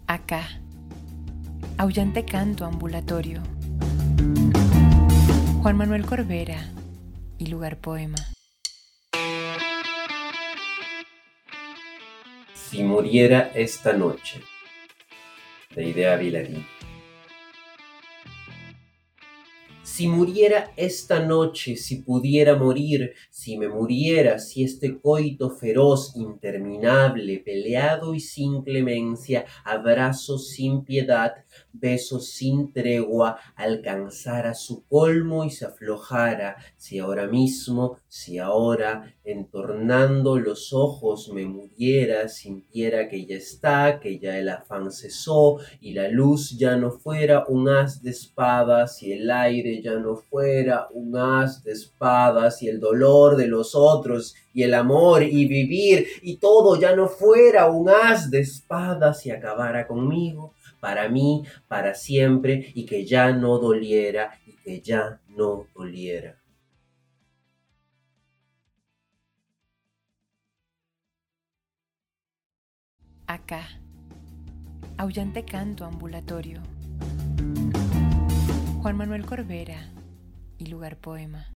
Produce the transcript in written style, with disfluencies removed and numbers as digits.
Acá, aullante canto ambulatorio. Juan Manuel Corbera y Lugar Poema. Si muriera esta noche, de Idea Vilarín. Si muriera esta noche, si pudiera morir, si me muriera, si este coito feroz, interminable, peleado y sin clemencia, abrazos sin piedad, besos sin tregua, alcanzara su colmo y se aflojara, si ahora mismo, si ahora, entornando los ojos me muriera, sintiera que ya está, que ya el afán cesó y la luz ya no fuera un haz de espadas y el aire ya no fuera un haz de espadas y el dolor de los otros y el amor y vivir y todo ya no fuera un haz de espadas y acabara conmigo, para mí, para siempre, y que ya no doliera y que ya no doliera. Acá, aullante canto ambulatorio. Juan Manuel Corbera y Lugar Poema.